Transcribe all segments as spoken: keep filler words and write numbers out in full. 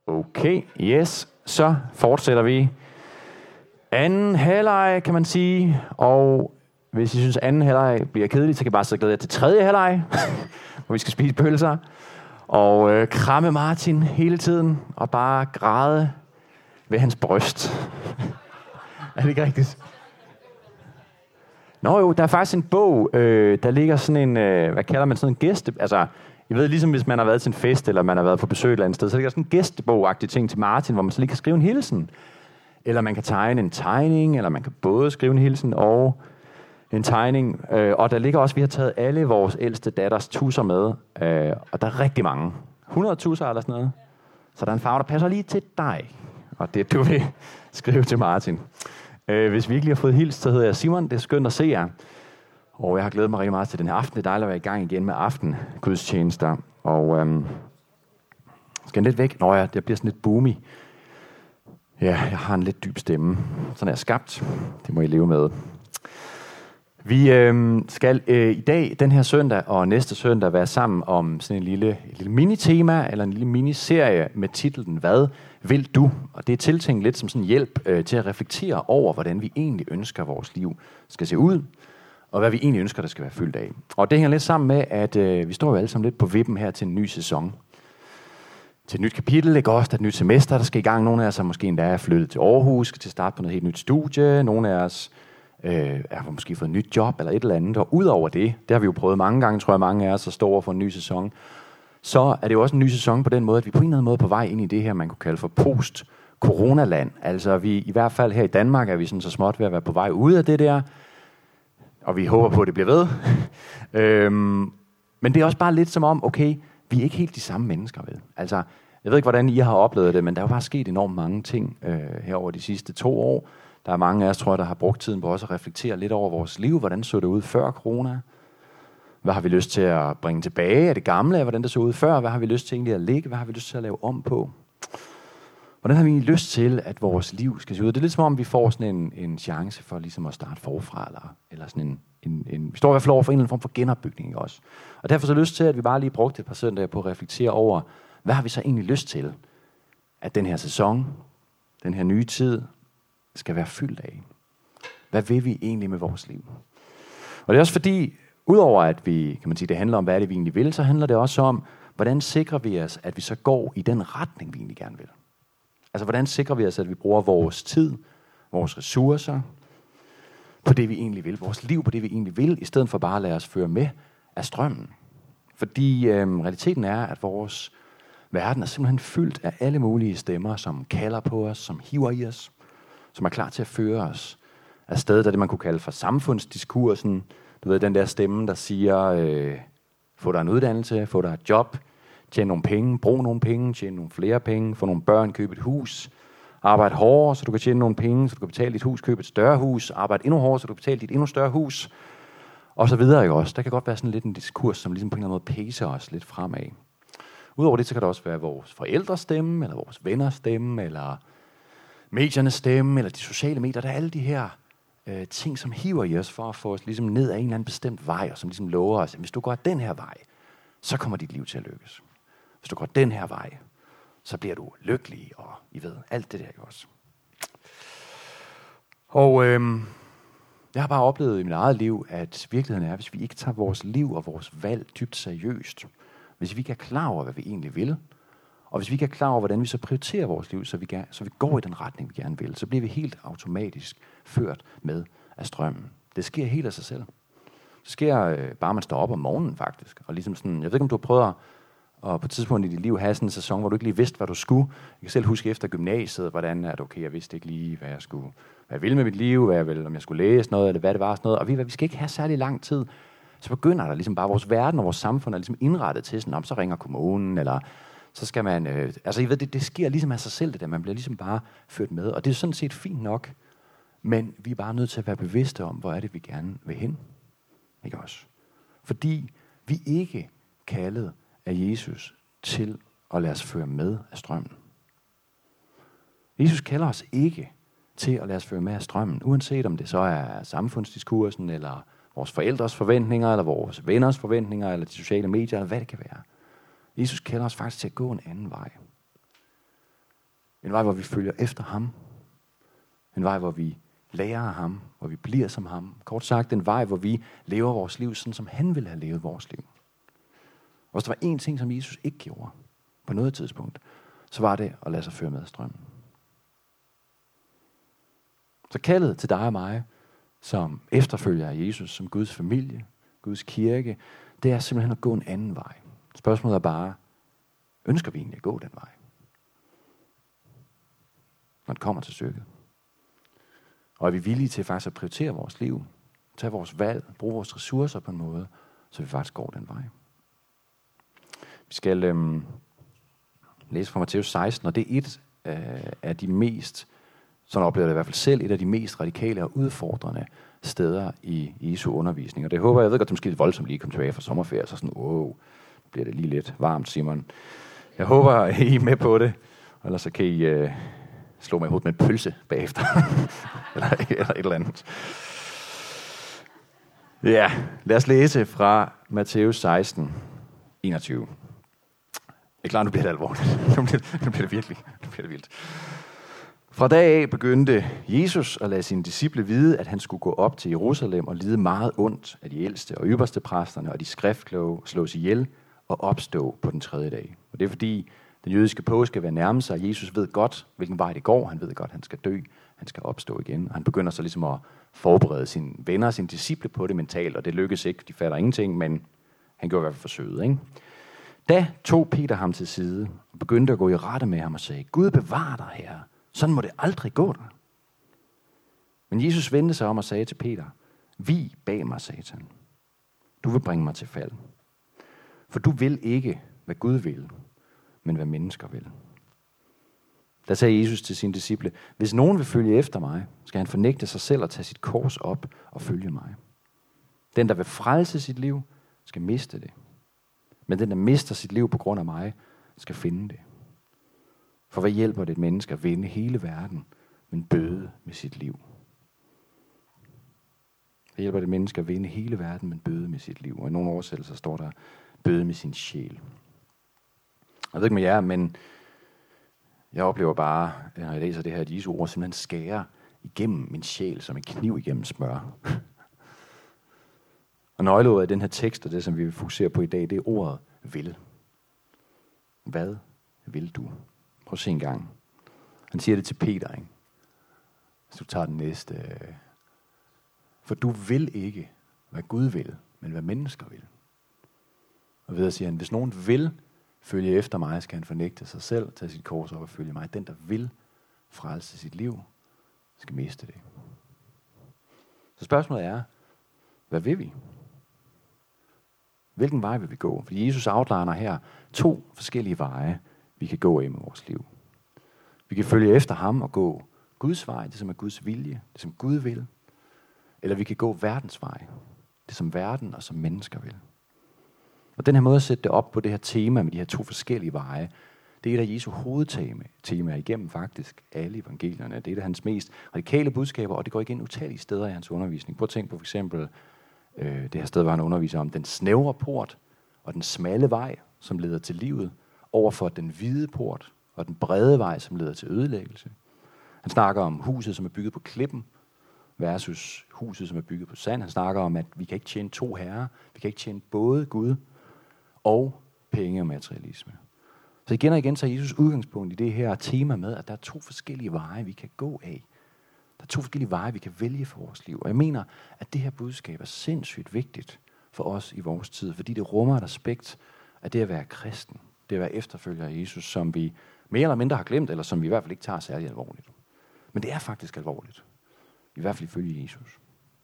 Okay, yes. Så fortsætter vi. Anden halvleg, kan man sige. Og hvis I synes, anden halvleg bliver kedelig, så kan I bare så glæde jer til tredje halvleg, hvor vi skal spise pølser. Og øh, kramme Martin hele tiden, og bare græde ved hans bryst. Er det ikke rigtigt? Nå jo, der er faktisk en bog, øh, der ligger sådan en, øh, hvad kalder man sådan en gæste... Altså, jeg ved, ligesom hvis man har været til en fest, eller man har været på besøg et eller andet sted, så ligger sådan en gæstebog-agtig ting til Martin, hvor man så lige kan skrive en hilsen. Eller man kan tegne en tegning, eller man kan både skrive en hilsen og en tegning. Øh, og der ligger også, vi har taget alle vores ældste datters tusser med, øh, og der er rigtig mange. hundrede tusser eller sådan noget. Så der er en farve, der passer lige til dig. Og det du vil skrive til Martin. Øh, hvis vi ikke lige har fået hilst, så hedder jeg Simon. Det er skønt at se jer. Og jeg har glædet mig rigtig meget til den her aften. Det er dejligt at være i gang igen med aftengudstjenester. Og øhm, skal lidt væk? Nå ja, det bliver sådan lidt boomy. Ja, jeg har en lidt dyb stemme. Sådan er jeg skabt. Det må I leve med. Vi øhm, skal øh, i dag, den her søndag og næste søndag, være sammen om sådan en lille, et lille mini-tema, eller en lille miniserie med titlen Hvad vil du? Og det er tiltænkt lidt som sådan en hjælp øh, til at reflektere over, hvordan vi egentlig ønsker, at vores liv skal se ud. Og hvad vi egentlig ønsker, der skal være fyldt af. Og det hænger lidt sammen med, at øh, vi står jo alle sammen lidt på vippen her til en ny sæson. Til et nyt kapitel, ikke også? Der er et nyt semester, der skal i gang. Nogle af os har måske endda er flyttet til Aarhus, skal til at starte på noget helt nyt studie. Nogle af os øh, har måske fået et nyt job eller et eller andet. Og udover det, det har vi jo prøvet mange gange, tror jeg, mange af os, at stå over for en ny sæson. Så er det jo også en ny sæson på den måde, at vi på en eller anden måde er på vej ind i det her, man kunne kalde for post-coronaland. Altså vi, i hvert fald her i Danmark, er vi sådan så småt ved at være på vej ud af det der. Og vi håber på, at det bliver ved. øhm, men det er også bare lidt som om, okay, vi er ikke helt de samme mennesker, vel? Altså, jeg ved ikke, hvordan I har oplevet det, men der er jo bare sket enormt mange ting øh, her over de sidste to år. Der er mange af os, tror jeg, der har brugt tiden på også at reflektere lidt over vores liv. Hvordan så det ud før corona? Hvad har vi lyst til at bringe tilbage af det gamle, af hvordan det så ud før? Hvad har vi lyst til egentlig at lægge? Hvad har vi lyst til at lave om på? Hvordan har vi egentlig lyst til, at vores liv skal se ud? Det er lidt som om, vi får sådan en, en chance for ligesom at starte forfra, eller, eller sådan en, en, en... Vi står i hvert fald over for en eller anden form for genopbygning også. Og derfor så lyst til, at vi bare lige brugte et par søndage på at reflektere over, hvad har vi så egentlig lyst til, at den her sæson, den her nye tid, skal være fyldt af? Hvad vil vi egentlig med vores liv? Og det er også fordi, udover at vi, kan man sige, det handler om, hvad er det, vi egentlig vil, så handler det også om, hvordan sikrer vi os, at vi så går i den retning, vi egentlig gerne vil. Altså, hvordan sikrer vi os, at vi bruger vores tid, vores ressourcer, på det, vi egentlig vil. Vores liv på det, vi egentlig vil, i stedet for bare at lade os føre med af strømmen. Fordi øhm, realiteten er, at vores verden er simpelthen fyldt af alle mulige stemmer, som kalder på os, som hiver i os, som er klar til at føre os afsted, der det, man kunne kalde for samfundsdiskursen. Du ved, den der stemme, der siger, øh, få dig en uddannelse, få dig et job, tjene nogle penge, brug nogle penge, tjene nogle flere penge, få nogle børn, købe et hus, arbejde hårdere, så du kan tjene nogle penge, så du kan betale dit hus, købe et større hus, arbejde endnu hårdere, så du kan betale dit endnu større hus, og så videre jo også. Der kan godt være sådan lidt en diskurs, som ligesom på en eller anden måde pacer os lidt fremad. Udover det, så kan det også være vores forældres stemme, eller vores venners stemme, eller mediernes stemme, eller de sociale medier. Der er alle de her øh, ting, som hiver i os for at få os ligesom ned ad en eller anden bestemt vej, og som ligesom lover os, at hvis du går den her vej, så kommer dit liv til at lykkes. Hvis du går den her vej, så bliver du lykkelig, og I ved, alt det der jo også. Og øhm, jeg har bare oplevet i mit eget liv, at virkeligheden er, hvis vi ikke tager vores liv og vores valg dybt seriøst, hvis vi ikke er klar over, hvad vi egentlig vil, og hvis vi ikke er klar over, hvordan vi så prioriterer vores liv, så vi, gerne, så vi går i den retning, vi gerne vil, så bliver vi helt automatisk ført med af strømmen. Det sker helt af sig selv. Det sker øh, bare, man står op om morgenen faktisk, og ligesom sådan, jeg ved ikke, om du har prøvet at og på et tidspunkt i dit liv have sådan en sæson, hvor du ikke lige vidste, hvad du skulle. Jeg kan selv huske efter gymnasiet, hvordan er det okay, jeg vidste ikke lige, hvad jeg skulle, hvad jeg ville med mit liv, hvad jeg ville, om jeg skulle læse noget, eller hvad det var, sådan noget. Og vi, vi skal ikke have særlig lang tid. Så begynder der ligesom bare, vores verden og vores samfund er ligesom indrettet til sådan, om så ringer kommunen, eller så skal man, øh, altså jeg ved, det, det sker ligesom af sig selv, det der, man bliver ligesom bare ført med. Og det er sådan set fint nok, men vi er bare nødt til at være bevidste om, hvor er det, vi gerne vil hen. Ikke også? Fordi vi ikke kaldet af Jesus til at lade os føre med af strømmen. Jesus kalder os ikke til at lade os føre med af strømmen, uanset om det så er samfundsdiskursen, eller vores forældres forventninger, eller vores venners forventninger, eller de sociale medier, eller hvad det kan være. Jesus kalder os faktisk til at gå en anden vej. En vej, hvor vi følger efter ham. En vej, hvor vi lærer af ham, hvor vi bliver som ham. Kort sagt, en vej, hvor vi lever vores liv, sådan som han ville have levet vores liv. Og hvis der var én ting, som Jesus ikke gjorde på noget tidspunkt, så var det at lade sig føre med strømmen. Så kaldet til dig og mig, som efterfølger af Jesus, som Guds familie, Guds kirke, det er simpelthen at gå en anden vej. Spørgsmålet er bare, ønsker vi egentlig at gå den vej? Når det kommer til stykket. Og er vi villige til faktisk at prioritere vores liv, tage vores valg, bruge vores ressourcer på en måde, så vi faktisk går den vej. Vi skal øhm, læse fra Matthæus seksten, og det er et øh, af de mest, sådan oplever jeg det i hvert fald selv, et af de mest radikale og udfordrende steder i Jesu undervisning. Og det håber jeg, jeg ved godt, det er måske lidt voldsomt lige at komme tilbage fra sommerferie, så sådan, wow, nu bliver det lige lidt varmt, Simon. Jeg håber, I er med på det, ellers så kan I øh, slå mig i hovedet med en pølse bagefter, eller, eller et eller andet. Ja, lad os læse fra Matthæus seksten, enogtyve. Jeg er klar, nu bliver det alvorligt. Nu bliver, nu bliver det virkelig, nu bliver det vildt. Fra dag af begyndte Jesus at lade sine disciple vide, at han skulle gå op til Jerusalem og lide meget ondt af de ældste og ypperste præsterne og de skriftkloge, slås ihjel og opstå på den tredje dag. Og det er fordi, den jødiske påske skal være nærme sig, og Jesus ved godt, hvilken vej det går. Han ved godt, at han skal dø, han skal opstå igen. Og han begynder så ligesom at forberede sine venner og sine disciple på det mentalt, og det lykkes ikke, de fatter ingenting, men han gjorde i hvert fald forsøget, ikke? Da tog Peter ham til side og begyndte at gå i rette med ham og sagde, Gud bevar dig, Herre. Sådan må det aldrig gå dig. Men Jesus vendte sig om og sagde til Peter, vi bag mig, Satan. Du vil bringe mig til fald. For du vil ikke, hvad Gud vil, men hvad mennesker vil. Der sagde Jesus til sine disciple, hvis nogen vil følge efter mig, skal han fornægte sig selv og tage sit kors op og følge mig. Den, der vil frelse sit liv, skal miste det. Men den, der mister sit liv på grund af mig, skal finde det. For hvad hjælper det et menneske at vinde hele verden, men bøde med sit liv? Hvad hjælper det et menneske at vinde hele verden, men bøde med sit liv? Og i nogle oversættelser står der, bøde med sin sjæl. Jeg ved ikke med jer, men jeg oplever bare, når jeg læser det her, at Jesu ord simpelthen skærer igennem min sjæl, som en kniv igennem smør. Og nøgleordet i den her tekst, og det som vi vil fokusere på i dag, det er ordet vil. Hvad vil du? Prøv at se en gang. Han siger det til Peter, ikke? Hvis du tager den næste. For du vil ikke, hvad Gud vil, men hvad mennesker vil. Og videre siger han, hvis nogen vil følge efter mig, skal han fornægte sig selv, tage sit kors op og følge mig. Den, der vil frelse sit liv, skal miste det. Så spørgsmålet er, hvad vil vi? Hvilken vej vil vi gå? For Jesus outliner her to forskellige veje, vi kan gå af med vores liv. Vi kan følge efter ham og gå Guds vej, det som er Guds vilje, det som Gud vil. Eller vi kan gå verdens vej, det som verden og som mennesker vil. Og den her måde at sætte det op på det her tema med de her to forskellige veje, det er et af Jesu hovedtemaer igennem faktisk alle evangelierne. Det er et af hans mest radikale budskaber, og det går igen utallige steder i hans undervisning. Prøv at tænke på for eksempel øh, det her sted, hvor han underviser om den snævre port og den smalle vej, som leder til livet, overfor den hvide port og den brede vej, som leder til ødelæggelse. Han snakker om huset, som er bygget på klippen, versus huset, som er bygget på sand. Han snakker om, at vi kan ikke tjene to herrer. Vi kan ikke tjene både Gud og penge og materialisme. Så igen og igen tager Jesus udgangspunkt i det her tema med, at der er to forskellige veje, vi kan gå af. Der er to forskellige veje, vi kan vælge for vores liv. Og jeg mener, at det her budskab er sindssygt vigtigt for os i vores tid, fordi det rummer et aspekt af det at være kristen. Det at være efterfølger af Jesus, som vi mere eller mindre har glemt, eller som vi i hvert fald ikke tager særlig alvorligt. Men det er faktisk alvorligt. I hvert fald ifølge Jesus.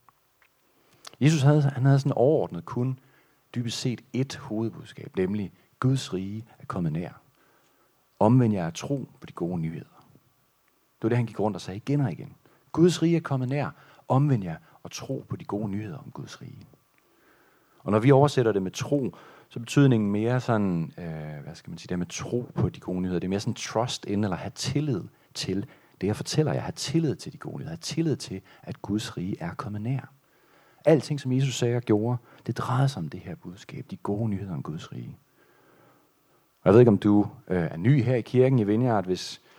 Jesus havde, han havde sådan overordnet kun dybest set et hovedbudskab, nemlig Guds rige er kommet nær. Omvend jer at tro på de gode nyheder. Det var det, han gik rundt og sagde igen og igen. Guds rige er kommet nær. Omvend jer og tro på de gode nyheder om Guds rige. Og når vi oversætter det med tro, så er betydningen mere sådan, øh, hvad skal man sige, det med tro på de gode nyheder. Det er mere sådan trust in, eller have tillid til det, jeg fortæller jer. Have tillid til de gode nyheder. Have tillid til, at Guds rige er kommet nær. Alting, som Jesus sagde og gjorde, det drejer sig om det her budskab. De gode nyheder om Guds rige. Og jeg ved ikke, om du øh, er ny her i kirken i Vineyard. Hvis du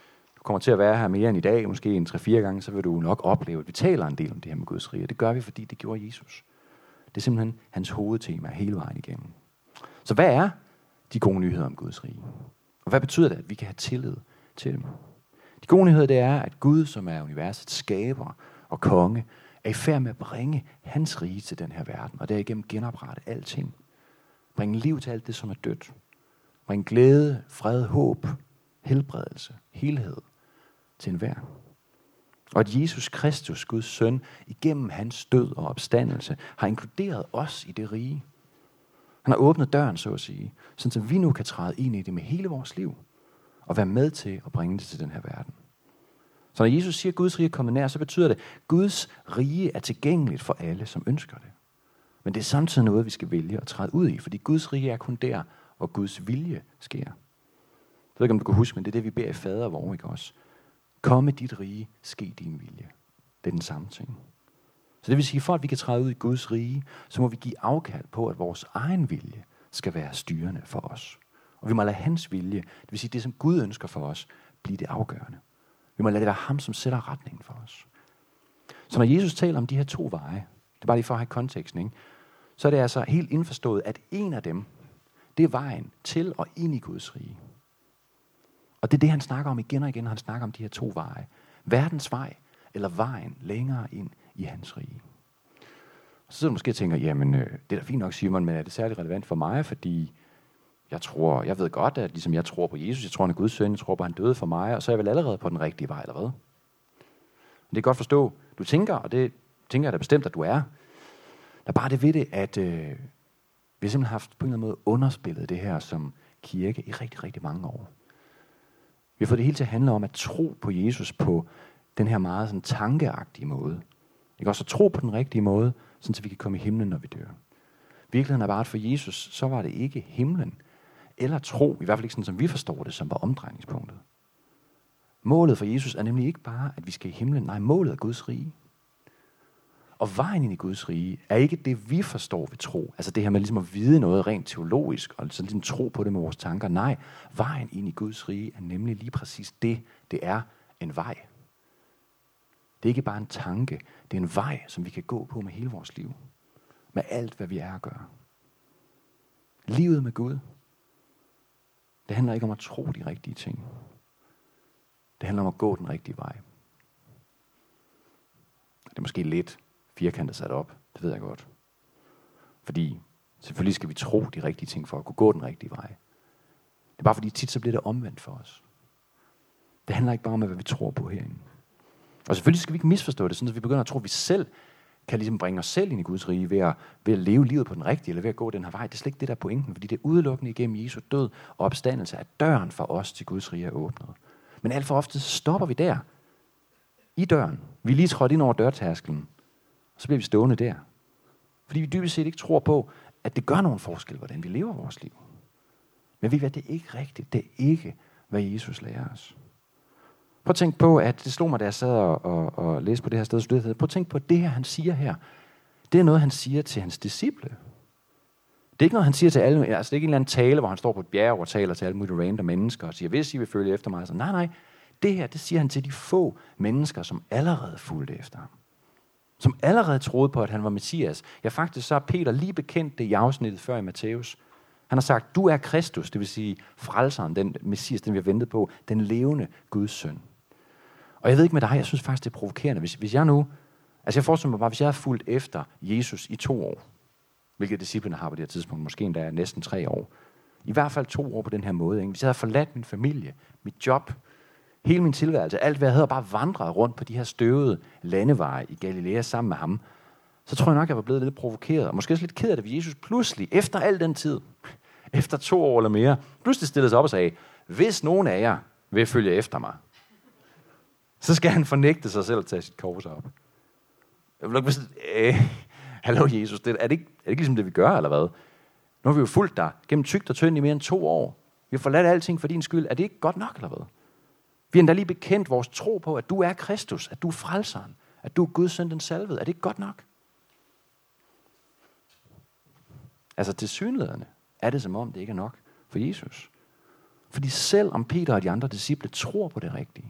kommer til at være her mere end i dag, måske en tre-fire gange, så vil du nok opleve, at vi taler en del om det her med Guds rige. Det gør vi, fordi det gjorde Jesus. Det er simpelthen hans hovedtema hele vejen igennem. Så hvad er de gode nyheder om Guds rige? Og hvad betyder det, at vi kan have tillid til dem? De gode nyheder, det er, at Gud, som er universets skaber og konge, er i færd med at bringe hans rige til den her verden, og derigennem genoprette alting. Bringe liv til alt det, som er dødt. Bringe glæde, fred, håb, helbredelse, helhed til enhver. Og at Jesus Kristus, Guds søn, igennem hans død og opstandelse, har inkluderet os i det rige. Han har åbnet døren, så at sige, så vi nu kan træde ind i det med hele vores liv, og være med til at bringe det til den her verden. Så når Jesus siger, at Guds rige er kommet nær, så betyder det, at Guds rige er tilgængeligt for alle, som ønsker det. Men det er samtidig noget, vi skal vælge at træde ud i, fordi Guds rige er kun der, hvor Guds vilje sker. Jeg ved ikke, om du kan huske, men det er det, vi beder i fader vor, ikke også? Komme dit rige, ske din vilje. Det er den samme ting. Så det vil sige, for at vi kan træde ud i Guds rige, så må vi give afkald på, at vores egen vilje skal være styrende for os. Og vi må lade hans vilje, det vil sige det, som Gud ønsker for os, blive det afgørende. Vi må lade det være ham, som sætter retningen for os. Så når Jesus taler om de her to veje, det er bare lige for at have konteksten, ikke? Så er det altså helt indforstået, at en af dem, det er vejen til og ind i Guds rige. Og det er det, han snakker om igen og igen, når han snakker om de her to veje. Verdens vej, eller vejen længere ind i hans rige. Så sidder du måske og tænker, jamen øh, det er da fint nok, Simon, men er det særlig relevant for mig, fordi jeg tror, jeg ved godt, at ligesom jeg tror på Jesus, jeg tror, han er Guds søn, jeg tror på, at han døde for mig, og så er jeg vel allerede på den rigtige vej, eller hvad? Det er godt forstå, du tænker, og det tænker jeg da bestemt, at du er. Der er bare det ved det, at øh, vi har simpelthen haft på en eller anden måde underspillet det her som kirke i rigtig, rigtig mange år. Vi har fået det hele til at handle om at tro på Jesus på den her meget sådan tankeagtige måde. Ikke også at tro på den rigtige måde, så vi kan komme i himlen, når vi dør. Virkeligheden er bare, at for Jesus, så var det ikke himlen eller tro, i hvert fald ikke sådan, som vi forstår det, som var omdrejningspunktet. Målet for Jesus er nemlig ikke bare, at vi skal i himlen. Nej, målet er Guds rige. Og vejen ind i Guds rige er ikke det, vi forstår ved tro. Altså det her med ligesom at vide noget rent teologisk, og sådan ligesom tro på det med vores tanker. Nej, vejen ind i Guds rige er nemlig lige præcis det. Det er en vej. Det er ikke bare en tanke. Det er en vej, som vi kan gå på med hele vores liv. Med alt, hvad vi er at gøre. Livet med Gud. Det handler ikke om at tro de rigtige ting. Det handler om at gå den rigtige vej. Det er måske lidt firkantet sat op. Det ved jeg godt. Fordi selvfølgelig skal vi tro de rigtige ting for at kunne gå den rigtige vej. Det er bare fordi tit så bliver det omvendt for os. Det handler ikke bare om, hvad vi tror på herinde. Og selvfølgelig skal vi ikke misforstå det, sådan at vi begynder at tro, at vi selv kan ligesom bringe os selv ind i Guds rige ved at, ved at leve livet på den rigtige, eller ved at gå den her vej. Det er slet ikke det, der er pointen, fordi det er udelukkende igennem Jesu død og opstandelse, at døren for os til Guds rige er åbnet. Men alt for ofte så stopper vi der, i døren. Vi er lige trådt ind over dørtærskelen, og så bliver vi stående der. Fordi vi dybest set ikke tror på, at det gør nogen forskel, hvordan vi lever vores liv. Men vi ved, at det er ikke rigtigt. Det er ikke, hvad Jesus lærer os. Prøv at tænke på, at det slog mig, da jeg sad og, og, og læste på det her sted. Prøv at tænke på, at det her, han siger her, det er noget, han siger til hans disciple. Det er ikke noget, han siger til alle. Altså, det er ikke en eller anden tale, hvor han står på et bjerg og taler til alle mulige random mennesker og siger, hvis I vil følge efter mig. Så, nej, nej. Det her, det siger han til de få mennesker, som allerede fulgte efter ham. Som allerede troede på, at han var Messias. Ja, faktisk så er Peter lige bekendt det i afsnittet før i Matthæus. Han har sagt, du er Kristus, det vil sige frelseren, den Messias, den vi har ventet på, den levende Guds søn. Og jeg ved ikke med dig, jeg synes faktisk, det er provokerende. Hvis, hvis jeg nu, altså jeg forestiller mig bare, hvis jeg har fulgt efter Jesus i to år, hvilket disciplene har på det her tidspunkt, måske endda næsten tre år, i hvert fald to år på den her måde, ikke? Hvis jeg havde forladt min familie, mit job, hele min tilværelse, alt hvad jeg havde, bare vandret rundt på de her støvede landeveje i Galilea sammen med ham, så tror jeg nok, jeg var blevet lidt provokeret, og måske også lidt ked af det, ved Jesus pludselig, efter al den tid, efter to år eller mere, pludselig stillede sig op og sagde, hvis nogen af jer vil følge efter mig, så skal han fornægte sig selv at tage sit kors op. Jeg vil nok sige, øh, hallo Jesus, det, er, det ikke, er det ikke ligesom det, vi gør, eller hvad? Nu har vi jo fulgt dig gennem tykt og tynd i mere end to år. Vi har forladt alting for din skyld. Er det ikke godt nok, eller hvad? Vi har endda lige bekendt vores tro på, at du er Kristus, at du er frelseren, at du er Guds søn, den salvede. Er det ikke godt nok? Altså tilsyneladende er det som om, det ikke er nok for Jesus. Fordi selv om Peter og de andre disciple tror på det rigtige,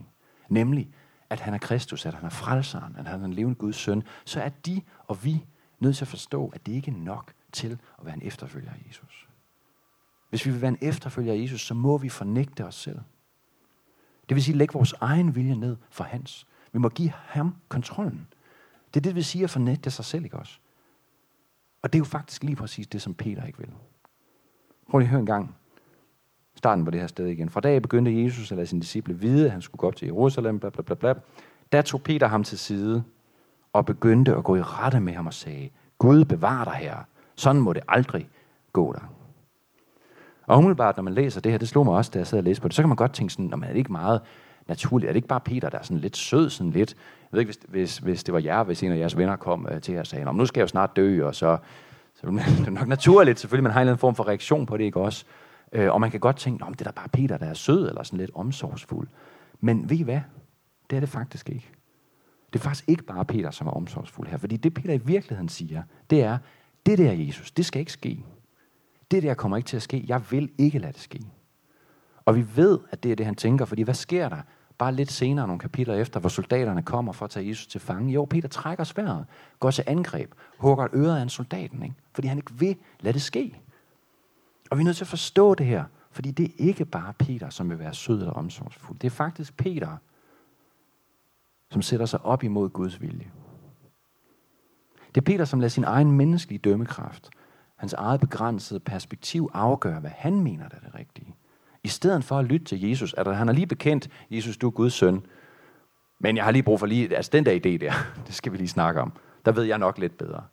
nemlig at han er Kristus, at han er frelseren, at han er en levende Guds søn, så er de og vi nødt til at forstå, at det ikke er nok til at være en efterfølger af Jesus. Hvis vi vil være en efterfølger af Jesus, så må vi fornægte os selv. Det vil sige, lægge vores egen vilje ned for hans. Vi må give ham kontrollen. Det er det, det vil sige at fornægte sig selv, ikke også? Og det er jo faktisk lige præcis det, som Peter ikke vil. Prøv lige at høre en gang starten på det her sted igen. Fra da begyndte Jesus at lade sine disciple vide, at han skulle gå op til Jerusalem, bla bla bla bla. Der tog Peter ham til side og begyndte at gå i rette med ham og sagde, Gud bevar dig her. Sådan må det aldrig gå der. Og umiddelbart, når man læser det her, det slog mig også, da jeg sad og læste på det, så kan man godt tænke sådan, er det ikke meget naturligt? Er det ikke bare Peter, der er sådan lidt sød, sådan lidt? Jeg ved ikke, hvis, hvis, hvis det var jer, hvis en af jeres venner kom øh, til jer og sagde, nu skal jeg jo snart dø, og så, så det er nok naturligt, selvfølgelig, man har en eller anden form for reaktion på det, ikke også? Øh, og man kan godt tænke, det er da bare Peter, der er sød, eller sådan lidt omsorgsfuld. Men ved I hvad? Det er det faktisk ikke. Det er faktisk ikke bare Peter, som er omsorgsfuld her, fordi det Peter i virkeligheden siger, det er, det der Jesus, det skal ikke ske. Det der kommer ikke til at ske. Jeg vil ikke lade det ske. Og vi ved, at det er det, han tænker, fordi hvad sker der? Bare lidt senere, nogle kapitler efter, hvor soldaterne kommer for at tage Jesus til fange. Jo, Peter trækker sværdet, går til angreb, hugger øret af en soldaten, ikke? Fordi han ikke vil lade det ske. Og vi er nødt til at forstå det her, fordi det er ikke bare Peter, som vil være sød eller omsorgsfuld. Det er faktisk Peter, som sætter sig op imod Guds vilje. Det er Peter, som lader sin egen menneskelige dømmekraft, hans eget begrænsede perspektiv afgøre, hvad han mener, der er det rigtige. I stedet for at lytte til Jesus, at han har lige bekendt, Jesus, du er Guds søn, men jeg har lige brug for lige, altså den der idé der, det skal vi lige snakke om. Der ved jeg nok lidt bedre.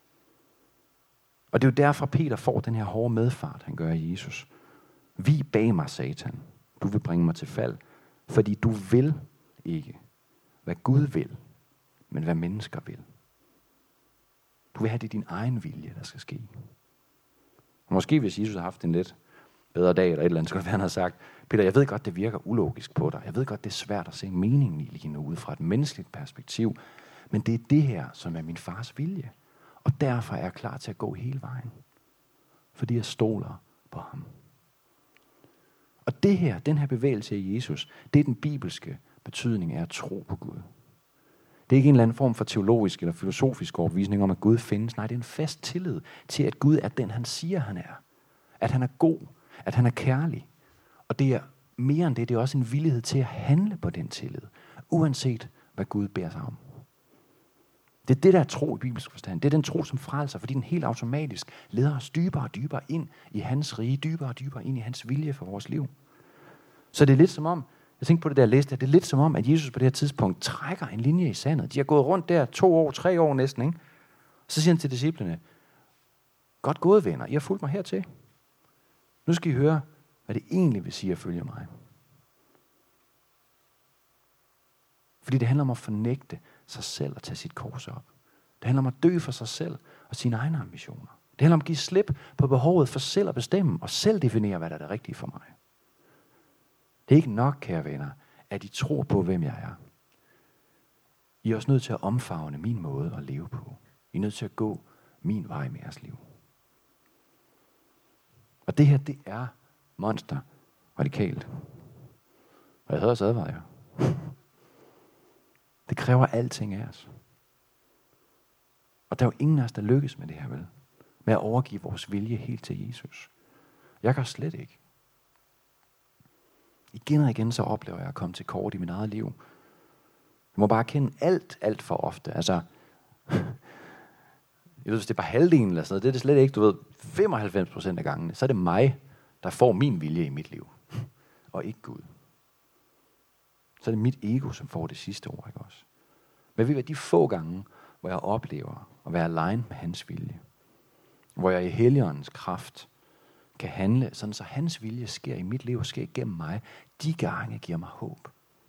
Og det er jo derfor, Peter får den her hårde medfart, han gør af Jesus. Vi bag mig, Satan. Du vil bringe mig til fald, fordi du vil ikke, hvad Gud vil, men hvad mennesker vil. Du vil have det din egen vilje, der skal ske. Og måske hvis Jesus har haft en lidt bedre dag, eller et eller andet, skulle han have sagt, Peter, jeg ved godt, det virker ulogisk på dig. Jeg ved godt, det er svært at se meningen i lige nu, ud fra et menneskeligt perspektiv. Men det er det her, som er min fars vilje. Og derfor er jeg klar til at gå hele vejen. Fordi jeg stoler på ham. Og det her, den her bevægelse af Jesus, det er den bibelske betydning af at tro på Gud. Det er ikke en eller anden form for teologisk eller filosofisk overbevisning om, at Gud findes. Nej, det er en fast tillid til, at Gud er den, han siger, han er. At han er god. At han er kærlig. Og det er mere end det, det er også en villighed til at handle på den tillid. Uanset hvad Gud beder sig om. Det er det, der er tro i bibelsk forstand. Det er den tro, som frelser, fordi den helt automatisk leder os dybere og dybere ind i hans rige. Dybere og dybere ind i hans vilje for vores liv. Så det er lidt som om, jeg tænkte på det, der jeg læste, det er lidt som om, at Jesus på det her tidspunkt trækker en linje i sandet. De har gået rundt der to år, tre år næsten, ikke? Så siger han til disciplene, godt gået venner, I har fulgt mig hertil. Nu skal I høre, hvad det egentlig vil sige at følge mig. Fordi det handler om at fornægte sig selv og tage sit kors op. Det handler om at dø for sig selv og sine egne ambitioner. Det handler om at give slip på behovet for selv at bestemme og selv definere, hvad der er det rigtige for mig. Det er ikke nok, kære venner, at I tror på, hvem jeg er. I er også nødt til at omfavne min måde at leve på. I er nødt til at gå min vej med jeres liv. Og det her, det er monster radikalt. Og jeg havde også advaret jer. Det kræver alting af os. Og der er jo ingen af os, der lykkes med det her, vel? Med at overgive vores vilje helt til Jesus. Jeg gør slet ikke. Igen og igen så oplever jeg at komme til kort i mit eget liv. Jeg må bare kende alt, alt for ofte. Altså, jeg ved, hvis det er bare halvdelen eller sådan noget, det er det slet ikke. Du ved, femoghalvfems procent af gangene, så er det mig, der får min vilje i mit liv. Og ikke Gud. Så er det mit ego, som får det sidste ord, ikke også? Men ved I hvad, de få gange, hvor jeg oplever at være alene med hans vilje, hvor jeg i Helligåndens kraft kan handle, sådan så hans vilje sker i mit liv og sker igennem mig, de gange giver mig håb.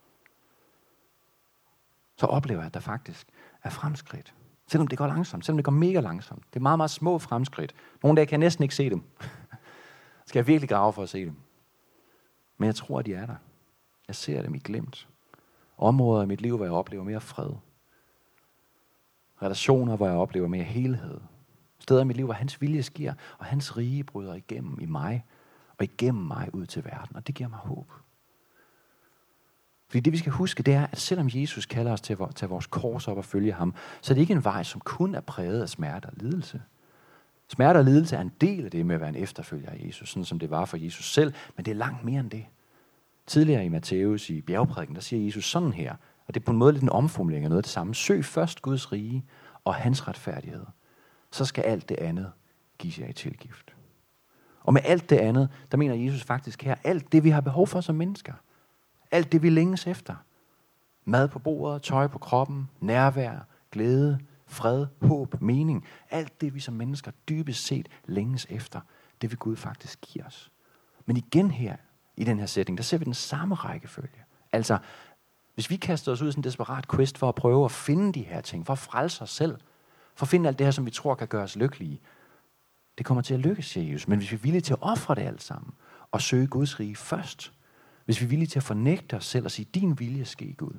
Så oplever jeg, at der faktisk er fremskridt. Selvom det går langsomt, selvom det går mega langsomt. Det er meget, meget små fremskridt. Nogle dage kan jeg næsten ikke se dem. Skal jeg virkelig grave for at se dem. Men jeg tror, at de er der. Jeg ser dem i glimt. Områder i mit liv, hvor jeg oplever mere fred. Relationer, hvor jeg oplever mere helhed. Steder i mit liv, hvor hans vilje sker, og hans rige bryder igennem i mig, og igennem mig ud til verden. Og det giver mig håb. Fordi det vi skal huske, det er, at selvom Jesus kalder os til at tage vores kors op og følge ham, så er det ikke en vej, som kun er præget af smerte og lidelse. Smerte og lidelse er en del af det med at være en efterfølger af Jesus, sådan som det var for Jesus selv, men det er langt mere end det. Tidligere i Matthæus i bjergprædiken, der siger Jesus sådan her, og det er på en måde lidt en omformulering af noget af det samme. Søg først Guds rige og hans retfærdighed. Så skal alt det andet gives jer i tilgift. Og med alt det andet, der mener Jesus faktisk her, alt det vi har behov for som mennesker. Alt det vi længes efter. Mad på bordet, tøj på kroppen, nærvær, glæde, fred, håb, mening. Alt det vi som mennesker dybest set længes efter, det vil Gud faktisk give os. Men igen her, i den her sætning, der ser vi den samme rækkefølge. Altså, hvis vi kaster os ud i sådan en desperat quest for at prøve at finde de her ting, for at frelse os selv, for at finde alt det her, som vi tror kan gøre os lykkelige, det kommer til at lykkes, siger Jesus. Men hvis vi er villige til at ofre det alt sammen, og søge Guds rige først, hvis vi er villige til at fornægte os selv og sige, din vilje ske, Gud,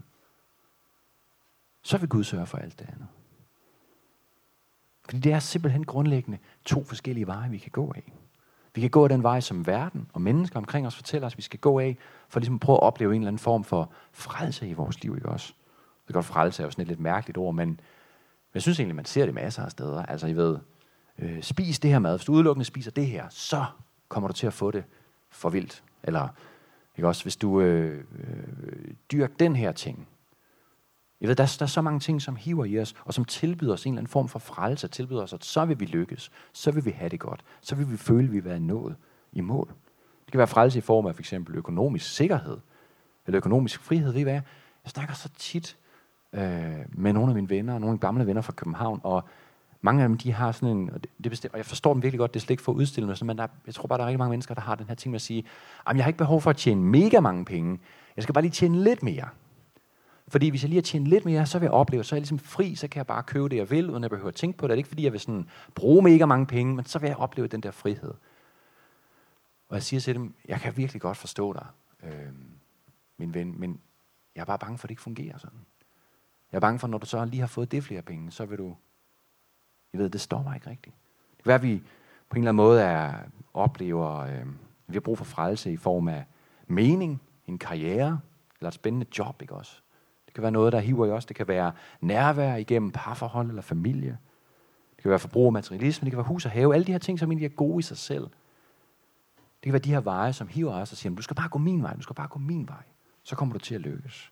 så vil Gud sørge for alt det andet. Fordi det er simpelthen grundlæggende to forskellige veje, vi kan gå af. Vi kan gå af den vej, som verden og mennesker omkring os fortæller os, vi skal gå af, for ligesom at prøve at opleve en eller anden form for frelse i vores liv, ikke også? Det er godt, frelse er jo sådan et lidt mærkeligt ord, men jeg synes egentlig, man ser det masser af steder. Altså, I ved, øh, spis det her mad. Hvis du udelukkende spiser det her, så kommer du til at få det for vildt. Eller, ikke også, hvis du øh, øh, dyrker den her ting. Jeg ved, der, der er så mange ting, som hiver i os, og som tilbyder os en eller anden form for frelse, tilbyder os, at så vil vi lykkes, så vil vi have det godt, så vil vi føle, at vi vil være nået i mål. Det kan være frelse i form af for eksempel økonomisk sikkerhed, eller økonomisk frihed. Ved I hvad? Jeg snakker så tit øh, med nogle af mine venner, og nogle af mine gamle venner fra København, og mange af dem, de har sådan en, og, det, det bestemt, og jeg forstår dem virkelig godt, det er slet ikke for at udstille mig, men der, jeg tror bare, der er rigtig mange mennesker, der har den her ting med at sige, jeg har ikke behov for at tjene mega mange penge, jeg skal bare lige tjene lidt mere. Fordi hvis jeg lige har tjent lidt mere, så vil jeg opleve, så er jeg ligesom fri, så kan jeg bare købe det, jeg vil, uden at jeg behøver at tænke på det. Det er ikke fordi, jeg vil sådan bruge mega mange penge, men så vil jeg opleve den der frihed. Og jeg siger til dem, jeg kan virkelig godt forstå dig, øh, min ven, men jeg er bare bange for, at det ikke fungerer sådan. Jeg er bange for, når du så lige har fået det flere penge, så vil du, jeg ved, det står mig ikke rigtigt. Det kan være, at vi på en eller anden måde er, oplever, øh, vi har brug for frelse i form af mening, en karriere, eller et spændende job, ikke også? Det kan være noget, der hiver i os. Det kan være nærvær igennem parforhold eller familie. Det kan være forbrug og materialisme. Det kan være hus og have. Alle de her ting, som egentlig er gode i sig selv. Det kan være de her veje, som hiver os og siger, du skal bare gå min vej. Du skal bare gå min vej. Så kommer du til at lykkes.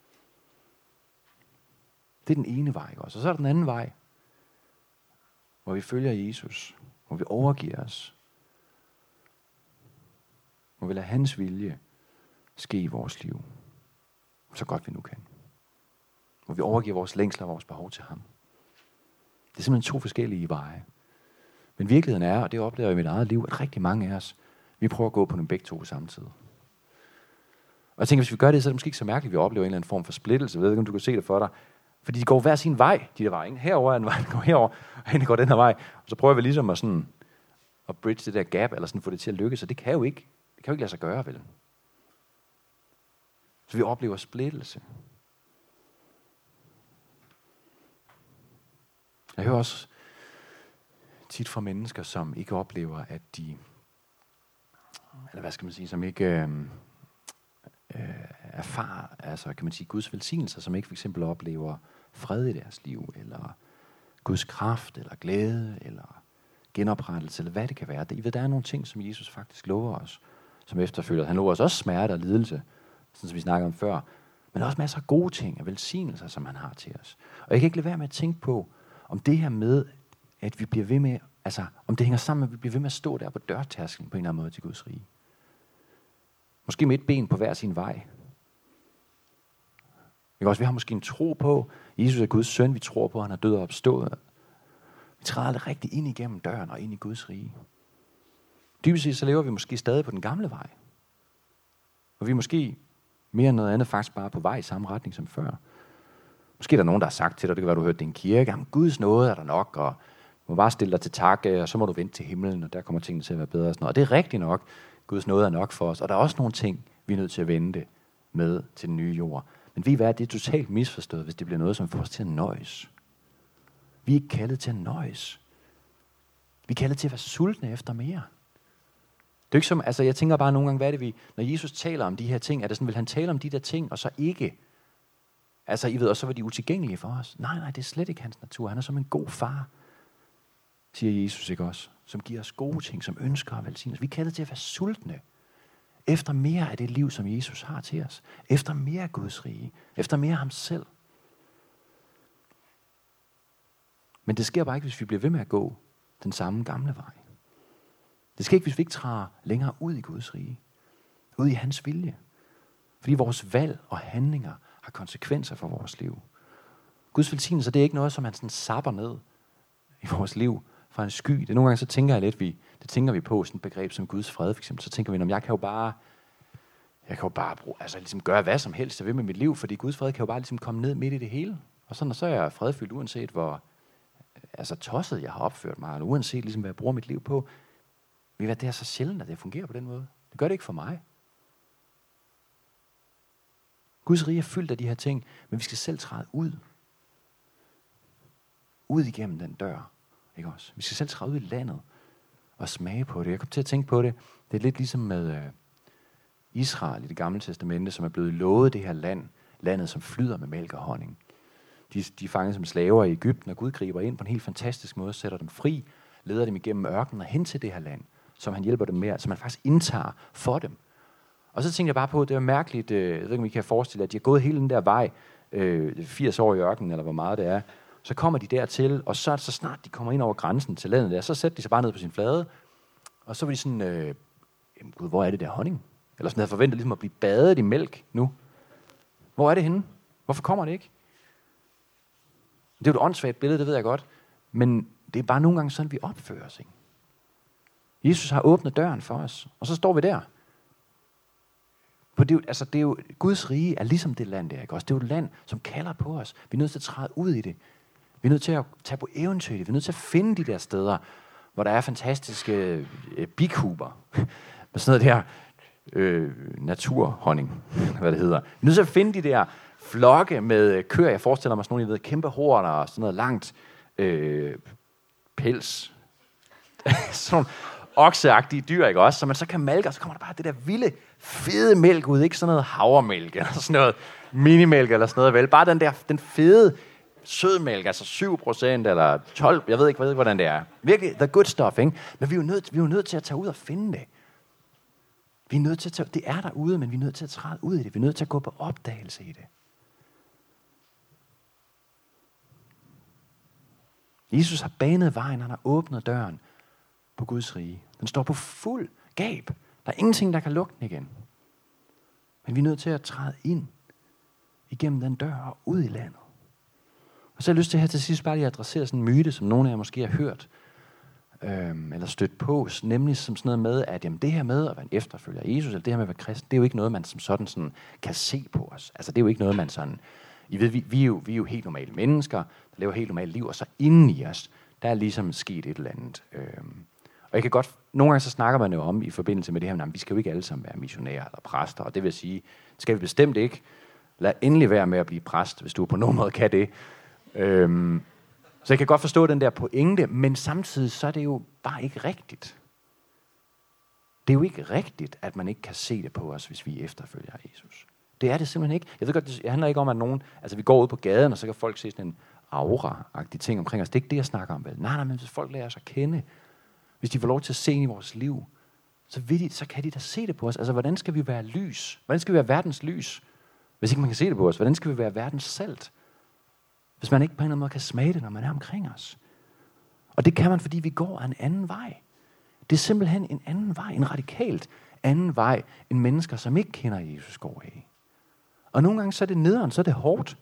Det er den ene vej også. Og så er der den anden vej, hvor vi følger Jesus. Hvor vi overgiver os. Hvor vi lader hans vilje ske i vores liv. Så godt vi nu kan. Hvor vi overgiver vores længsler og vores behov til ham. Det er simpelthen to forskellige veje. Men virkeligheden er, og det oplever jeg i mit eget liv, at rigtig mange af os, vi prøver at gå på dem begge to samtidig. Og jeg tænker, hvis vi gør det, så er det måske ikke så mærkeligt, at vi oplever en eller anden form for splittelse. Jeg ved ikke, om du kan se det for dig. Fordi de går hver sin vej, de der veje. Herover er en vej, den går herover, og en går den her vej. Og så prøver vi ligesom at, sådan, at bridge det der gap, eller sådan få det til at lykkes. Så det kan jo ikke, det kan jo ikke lade sig gøre, vel? Så vi oplever splittelse. Jeg hører også tit fra mennesker, som ikke oplever, at de, eller hvad skal man sige, som ikke øh, øh, erfarer, altså kan man sige, Guds velsignelser, som ikke for eksempel oplever fred i deres liv, eller Guds kraft, eller glæde, eller genoprettelse, eller hvad det kan være. I ved, der er nogle ting, som Jesus faktisk lover os, som efterfølger. Han lover os også smerte og lidelse, sådan som vi snakkede om før, men også masser af gode ting og velsignelser, som han har til os. Og jeg kan ikke lade være med at tænke på, om det her med, at vi bliver ved med, altså om det hænger sammen med, at vi bliver ved med at stå der på dørtærsklen på en eller anden måde til Guds rige. Måske med et ben på hver sin vej. Ikke også? Vi har måske en tro på, Jesus er Guds søn, vi tror på, at han er død og opstået. Vi træder aldrig rigtig ind igennem døren og ind i Guds rige. Dybest set så lever vi måske stadig på den gamle vej. Og vi er måske mere end noget andet faktisk bare på vej i samme retning som før. Måske er der nogen, der har sagt til dig, det kan være, du har hørt det i en kirke, jamen Guds nåde er der nok, og du må bare stille dig til tak, og så må du vente til himlen, og der kommer tingene til at være bedre. Og, sådan noget. Og det er rigtigt nok, Guds nåde er nok for os, og der er også nogle ting, vi er nødt til at vente med til den nye jord. Men ved I hvad, det er totalt misforstået, hvis det bliver noget, som får os til at nøjes. Vi er ikke kaldet til at nøjes. Vi er kaldet til at være sultne efter mere. Det er ikke som, altså jeg tænker bare nogle gange, hvad er det vi, når Jesus taler om de her ting, er det sådan, vil han tale om de der ting, og så ikke? Altså, I ved, og så var de utilgængelige for os. Nej, nej, det er slet ikke hans natur. Han er som en god far, siger Jesus, ikke også? Som giver os gode ting, som ønsker at velsigne os. Vi er kaldet til at være sultne. Efter mere af det liv, som Jesus har til os. Efter mere af Guds rige. Efter mere af ham selv. Men det sker bare ikke, hvis vi bliver ved med at gå den samme gamle vej. Det sker ikke, hvis vi ikke træder længere ud i Guds rige. Ud i hans vilje. Fordi vores valg og handlinger har konsekvenser for vores liv. Guds velsignelse, det er ikke noget, som man sådan sapper ned i vores liv fra en sky. Det er nogle gange, så tænker jeg lidt, vi, det tænker vi på sådan et begreb som Guds fred, for eksempel. Så tænker vi, om jeg kan jo bare, jeg kan jo bare bruge, altså ligesom gøre hvad som helst jeg vil med mit liv, fordi Guds fred kan jo bare ligesom komme ned midt i det hele. Og sådan, og så er jeg fredfyldt, uanset hvor altså tosset jeg har opført mig, eller uanset ligesom, hvad jeg bruger mit liv på. Ved hvad, det er så sjældent, at det fungerer på den måde. Det gør det ikke for mig. Guds rige er fyldt af de her ting, men vi skal selv træde ud. Ud igennem den dør. Ikke også? Vi skal selv træde ud i landet og smage på det. Jeg kom til at tænke på det. Det er lidt ligesom med øh, Israel i det gamle testamente, som er blevet lovet det her land. Landet, som flyder med mælk og honning. De, de er fanget som slaver i Egypten, og Gud griber ind på en helt fantastisk måde, sætter dem fri, leder dem igennem ørkenen og hen til det her land, som han hjælper dem med, som han faktisk indtager for dem. Og så tænkte jeg bare på, at det var mærkeligt, øh, jeg ved ikke, om I kan forestille, at de har gået hele den der vej, øh, firs år i ørkenen, eller hvor meget det er. Så kommer de dertil, og så, så snart de kommer ind over grænsen til landet der, så sætter de sig bare ned på sin flade, og så var de sådan, øh, jamen Gud, hvor er det der honning? Eller sådan, havde forventet ligesom at blive badet i mælk nu. Hvor er det henne? Hvorfor kommer det ikke? Det er jo et åndssvagt billede, det ved jeg godt, men det er bare nogle gange sådan, vi opfører os, ikke? Jesus har åbnet døren for os, og så står vi der. For det er jo, altså det er jo, Guds rige er ligesom det land der, ikke også? Det er jo et land, som kalder på os. Vi er nødt til at træde ud i det. Vi er nødt til at tage på eventyr i det. Vi er nødt til at finde de der steder, hvor der er fantastiske øh, bikuber. Med sådan noget der øh, naturhonning, hvad det hedder. Vi er nødt til at finde de der flokke med køer. Jeg forestiller mig sådan nogle, I ved, kæmpe horner og sådan noget langt øh, pels. sådan nogle okseagtige dyr, ikke også? Så man så kan malke, og så kommer der bare det der vilde, fede mælk ud, ikke sådan noget havremælk, eller sådan noget minimælk, eller sådan noget, vel? Bare den der, den fede sødmælk, altså syv procent, eller tolv, jeg ved ikke, ved, hvordan det er. Virkelig, the good stuff, ikke? Men vi er jo nødt, vi er jo nødt til at tage ud og finde det. Vi er nødt til at tage, det er derude, men vi er nødt til at træde ud i det. Vi er nødt til at gå på opdagelse i det. Jesus har banet vejen, han har åbnet døren på Guds rige. Den står på fuld gab. Der er ingenting, der kan lukke den igen. Men vi er nødt til at træde ind igennem den dør og ud i landet. Og så har jeg lyst til her til sidst bare lige at adressere sådan en myte, som nogle af jer måske har hørt, øhm, eller stødt på, nemlig som sådan noget med, at jamen, det her med at være en efterfølger af Jesus, eller det her med at være kristen, det er jo ikke noget, man som sådan, sådan kan se på os. Altså det er jo ikke noget, man sådan, I ved, vi, vi, er jo, vi er jo helt normale mennesker, der lever helt normalt liv, og så inden i os, der er ligesom sket et eller andet. Øhm, og jeg kan godt, nogle gange så snakker man jo om, i forbindelse med det her, at vi skal jo ikke alle sammen være missionærer eller præster, og det vil sige, det skal vi bestemt ikke. Lad endelig være med at blive præst, hvis du på nogen måde kan det. Øhm, så jeg kan godt forstå den der pointe, men samtidig så er det jo bare ikke rigtigt. Det er jo ikke rigtigt, at man ikke kan se det på os, hvis vi efterfølger Jesus. Det er det simpelthen ikke. Jeg ved godt, det handler ikke om, at nogen, altså vi går ud på gaden, og så kan folk se sådan en aura-agtig ting omkring os. Det er ikke det, jeg snakker om, vel? Nej, nej, men hvis folk lærer os at kende, hvis de får lov til at se ind i vores liv, så, vil de, så kan de da se det på os. Altså, hvordan skal vi være lys? Hvordan skal vi være verdens lys? Hvis ikke man kan se det på os, hvordan skal vi være verdens salt? Hvis man ikke på en eller anden måde kan smage det, når man er omkring os. Og det kan man, fordi vi går af en anden vej. Det er simpelthen en anden vej, en radikalt anden vej, end mennesker, som ikke kender Jesus går af. Og nogle gange så er det nederen, så er det hårdt.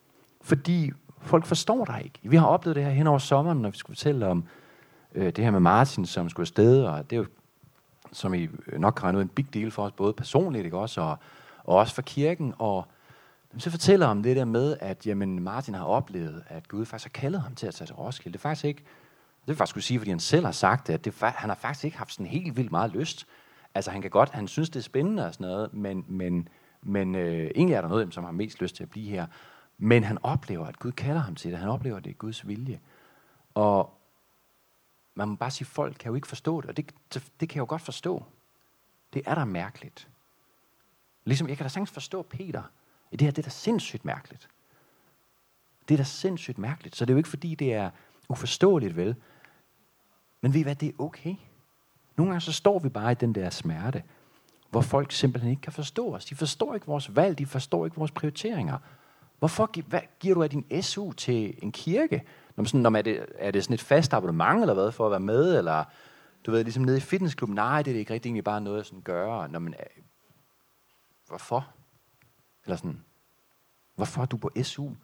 Fordi folk forstår dig ikke. Vi har oplevet det her hen over sommeren, når vi skulle fortælle om øh, det her med Martin, som skulle afsted, og det er jo, som I nok kan regne ud, en big deal for os, både personligt, ikke også, og, og også for kirken, og så fortæller om det der med, at jamen, Martin har oplevet, at Gud faktisk har kaldet ham til at tage til Roskilde. Det er faktisk ikke, det vil faktisk skulle sige, fordi han selv har sagt det, at det, han har faktisk ikke haft sådan helt vildt meget lyst. Altså han kan godt, han synes det er spændende og sådan noget, men, men, men øh, egentlig er der noget, som har mest lyst til at blive her. Men han oplever, at Gud kalder ham til det. Han oplever, at det er Guds vilje. Og man må bare sige, folk kan jo ikke forstå det, og det, det kan jeg jo godt forstå. Det er da mærkeligt. Ligesom, jeg kan da sagtens forstå Peter. Det her, det er da sindssygt mærkeligt. Det er da sindssygt mærkeligt. Så det er jo ikke, fordi det er uforståeligt, vel? Men ved I hvad, det er okay. Nogle gange så står vi bare i den der smerte, hvor folk simpelthen ikke kan forstå os. De forstår ikke vores valg, de forstår ikke vores prioriteringer. Hvorfor gi- hvad, giver du af din S U til en kirke? Når man sådan, når man er, det, er det sådan et fast abonnement, eller hvad, for at være med? Eller du ved, ligesom nede i fitnessklubben? Nej, det er ikke rigtig egentlig bare noget, jeg sådan gør. Når man er, hvorfor? Eller sådan, hvorfor er du på S U?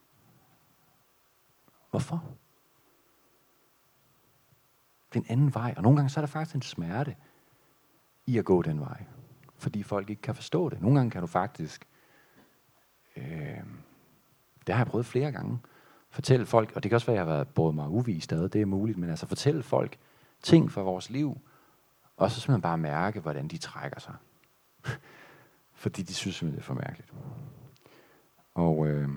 Hvorfor? Det er en anden vej. Og nogle gange så er der faktisk en smerte i at gå den vej. Fordi folk ikke kan forstå det. Nogle gange kan du faktisk, øh, det har jeg prøvet flere gange, fortælle folk, og det kan også være, at jeg har været både mig uvist stadig, det er muligt, men altså fortælle folk ting fra vores liv, og så simpelthen bare mærke, hvordan de trækker sig. Fordi de synes simpelthen, det er for mærkeligt. Og øh,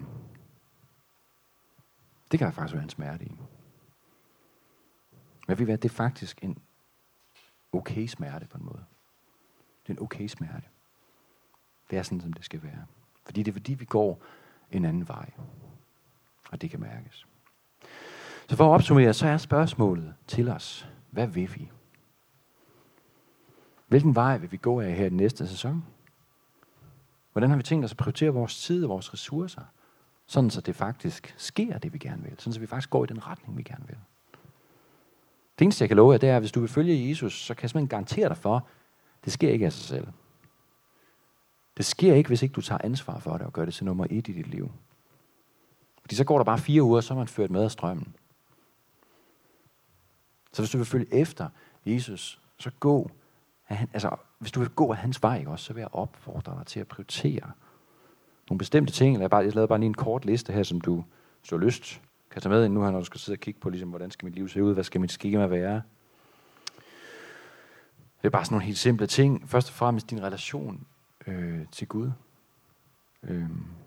det kan der faktisk være en smerte i. Men ved I hvad, det er faktisk en okay smerte på en måde. Det er en okay smerte. Det er sådan, som det skal være. Fordi det er fordi, vi går en anden vej. Og det kan mærkes. Så for at opsummere, så er spørgsmålet til os, hvad vil vi? Hvilken vej vil vi gå af her i den næste sæson? Hvordan har vi tænkt os at prioritere vores tid og vores ressourcer? Sådan så det faktisk sker, det vi gerne vil. Sådan så vi faktisk går i den retning, vi gerne vil. Det eneste, jeg kan love jer, det er, at hvis du vil følge Jesus, så kan jeg simpelthen garantere dig for, det sker ikke af sig selv. Det sker ikke, hvis ikke du tager ansvar for det og gør det til nummer et i dit liv. Fordi så går der bare fire uger, så er man ført med af strømmen. Så hvis du vil følge efter Jesus, så gå. Han, altså, hvis du vil gå af hans vej, ikke også, så vil jeg opfordre dig til at prioritere nogle bestemte ting. Eller jeg, bare, jeg lavede bare lige en kort liste her, som du, hvis du har lyst, kan tage med ind nu her, når du skal sidde og kigge på, ligesom, hvordan skal mit liv se ud, hvad skal mit skema være. Det er bare sådan nogle helt simple ting. Først og fremmest din relation øh, til Gud. Øh,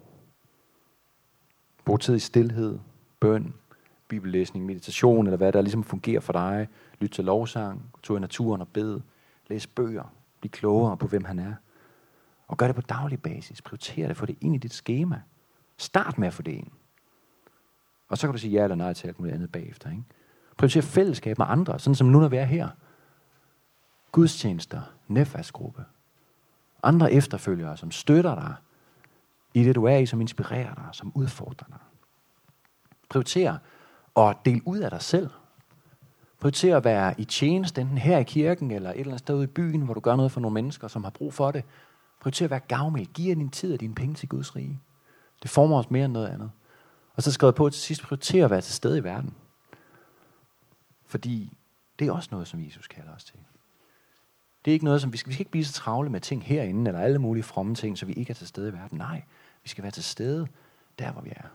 Brug tid i stilhed, bøn, bibellæsning, meditation, eller hvad der ligesom fungerer for dig. Lyt til lovsang, gå i naturen og bed. Læs bøger, bliv klogere på, hvem han er. Og gør det på daglig basis. Prioriter det, få det ind i dit skema. Start med at få det ind. Og så kan du sige ja eller nej til alt muligt andet bagefter. Ikke? Prioriter fællesskab med andre, sådan som nu når vi er her. Gudstjenester, netværksgruppe. Andre efterfølgere, som støtter dig i det, du er i, som inspirerer dig, som udfordrer dig. Prioriter at dele ud af dig selv. Prioriter at være i tjeneste, enten her i kirken, eller et eller andet sted ude i byen, hvor du gør noget for nogle mennesker, som har brug for det. Prioriter at være gavmild. Giv din tid og dine penge til Guds rige. Det former os mere end noget andet. Og så skrev jeg på til sidst, prioriter at være til stede i verden. Fordi det er også noget, som Jesus kalder os til. Det er ikke noget, som vi skal, vi skal ikke blive så travle med ting herinde, eller alle mulige fromme ting, så vi ikke er til stede i verden. Nej, vi skal være til stede der, hvor vi er.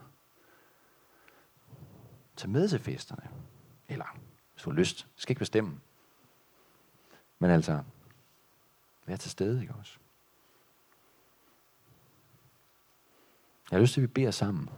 Tag med til festerne. Eller, hvis du har lyst. Du skal ikke bestemme. Men altså, vær til stede, ikke også? Jeg har lyst til, at vi beder sammen.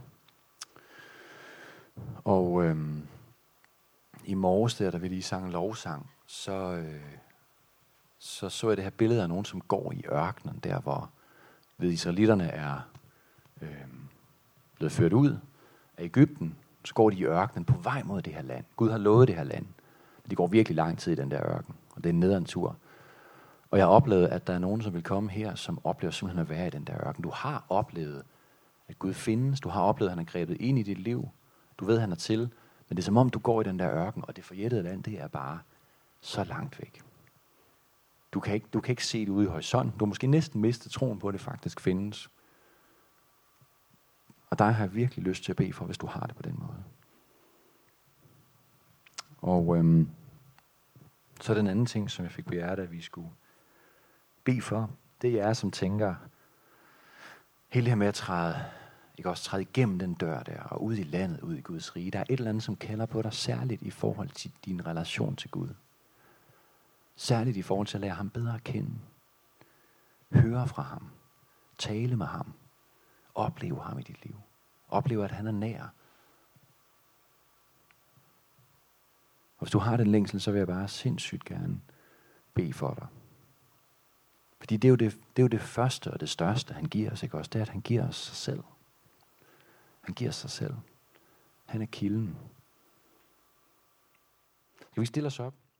Og øhm, i morges, der, da vi lige sang lovsang, så, øh, så så jeg det her billede af nogen, som går i ørkenen, der hvor ved israelitterne er øh, blevet ført ud af Egypten. Så går de i ørkenen på vej mod det her land. Gud har lovet det her land. De går virkelig lang tid i den der ørken, og det er en nederen tur. Og jeg har oplevet, at der er nogen, som vil komme her, som oplever simpelthen at være i den der ørken. Du har oplevet, at Gud findes. Du har oplevet, at han er grebet ind i dit liv. Du ved, at han er til. Men det er som om, du går i den der ørken, og det forjættede land, det er bare så langt væk. Du kan ikke, du kan ikke se det ude i horisonten. Du har måske næsten mistet troen på, at det faktisk findes. Og der har jeg virkelig lyst til at bede for, hvis du har det på den måde. Og øhm, så er den anden ting, som jeg fik behjertet, at vi skulle bede for, det er jer, som tænker, hele det her med at træde, ikke også træde igennem den dør der, og ud i landet, ud i Guds rige. Der er et eller andet, som kalder på dig, særligt i forhold til din relation til Gud. Særligt i forhold til at lære ham bedre at kende. Høre fra ham. Tale med ham. Opleve ham i dit liv. Opleve, at han er nær. Og hvis du har den længsel, så vil jeg bare sindssygt gerne bede for dig. Fordi det er, jo det, det er jo det første og det største, han giver os, ikke også? Det er, at han giver os sig selv. Han giver os sig selv. Han er kilden. Kan vi stille os op?